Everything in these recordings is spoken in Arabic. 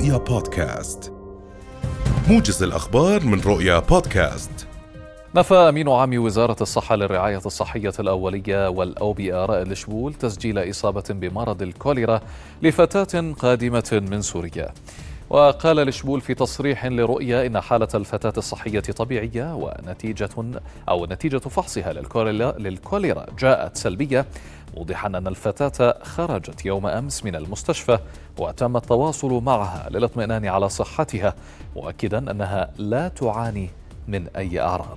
رؤيا بودكاست، موجز الأخبار من رؤيا بودكاست. نفى أمين عام وزارة الصحة للرعاية الصحية الأولية والأوبئة رائد الشبول تسجيل إصابة بمرض الكوليرا لفتاة قادمة من سوريا. وقال الشبول في تصريح لرؤيا إن حالة الفتاة الصحية طبيعية ونتيجة فحصها للكوليرا جاءت سلبية، موضحا أن الفتاة خرجت يوم أمس من المستشفى وتم التواصل معها للاطمئنان على صحتها، مؤكدا أنها لا تعاني من أي أعراض.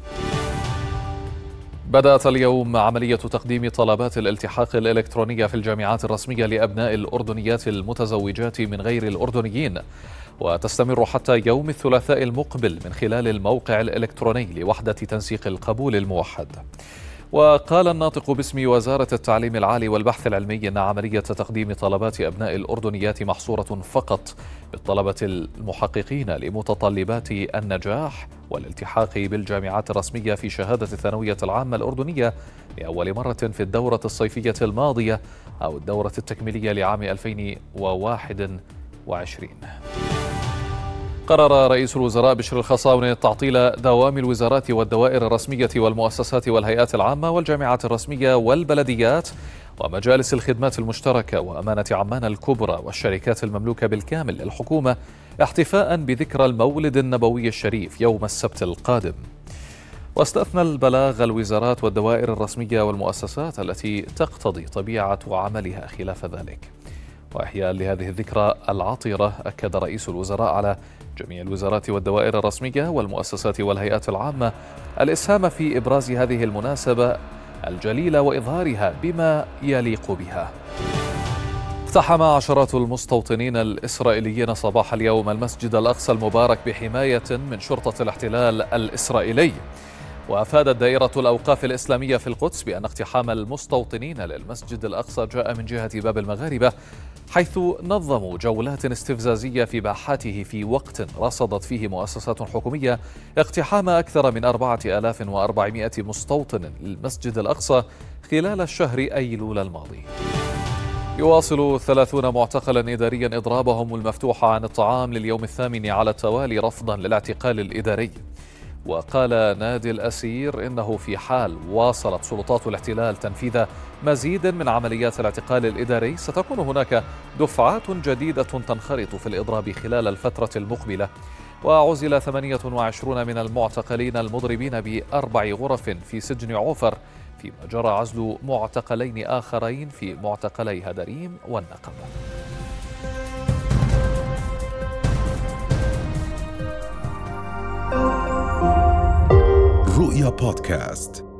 بدأت اليوم عملية تقديم طلبات الالتحاق الإلكترونية في الجامعات الرسمية لأبناء الأردنيات المتزوجات من غير الأردنيين، وتستمر حتى يوم الثلاثاء المقبل من خلال الموقع الإلكتروني لوحدة تنسيق القبول الموحد. وقال الناطق باسم وزارة التعليم العالي والبحث العلمي أن عملية تقديم طلبات أبناء الأردنيات محصورة فقط بالطلبة المحققين لمتطلبات النجاح والالتحاق بالجامعات الرسمية في شهادة الثانوية العامة الأردنية لأول مرة في الدورة الصيفية الماضية أو الدورة التكميلية لعام 2021. قرر رئيس الوزراء بشر الخصاونة تعطيل دوام الوزارات والدوائر الرسمية والمؤسسات والهيئات العامة والجامعات الرسمية والبلديات ومجالس الخدمات المشتركة وأمانة عمان الكبرى والشركات المملوكة بالكامل للحكومة احتفاء بذكرى المولد النبوي الشريف يوم السبت القادم. واستثنى البلاغ الوزارات والدوائر الرسمية والمؤسسات التي تقتضي طبيعة عملها خلاف ذلك. وإحياء لهذه الذكرى العطرة، أكد رئيس الوزراء على جميع الوزارات والدوائر الرسمية والمؤسسات والهيئات العامة الإسهام في إبراز هذه المناسبة الجليلة وإظهارها بما يليق بها. اقتحم عشرات المستوطنين الإسرائيليين صباح اليوم المسجد الأقصى المبارك بحماية من شرطة الاحتلال الإسرائيلي. وأفادت دائرة الأوقاف الإسلامية في القدس بأن اقتحام المستوطنين للمسجد الأقصى جاء من جهة باب المغاربة، حيث نظموا جولات استفزازية في باحاته في وقت رصدت فيه مؤسسات حكومية اقتحام أكثر من 4400 مستوطن للمسجد الأقصى خلال الشهر أيلول الماضي. يواصل 30 معتقلا إداريا إضرابهم المفتوح عن الطعام لليوم الثامن على التوالي رفضا للاعتقال الإداري. وقال نادي الأسير إنه في حال واصلت سلطات الاحتلال تنفيذ مزيد من عمليات الاعتقال الإداري ستكون هناك دفعات جديدة تنخرط في الإضراب خلال الفترة المقبلة. وعزل 28 من المعتقلين المضربين ب4 غرف في سجن عوفر، فيما جرى عزل معتقلين آخرين في معتقلي هدريم والنقب. رؤيا بودكاست.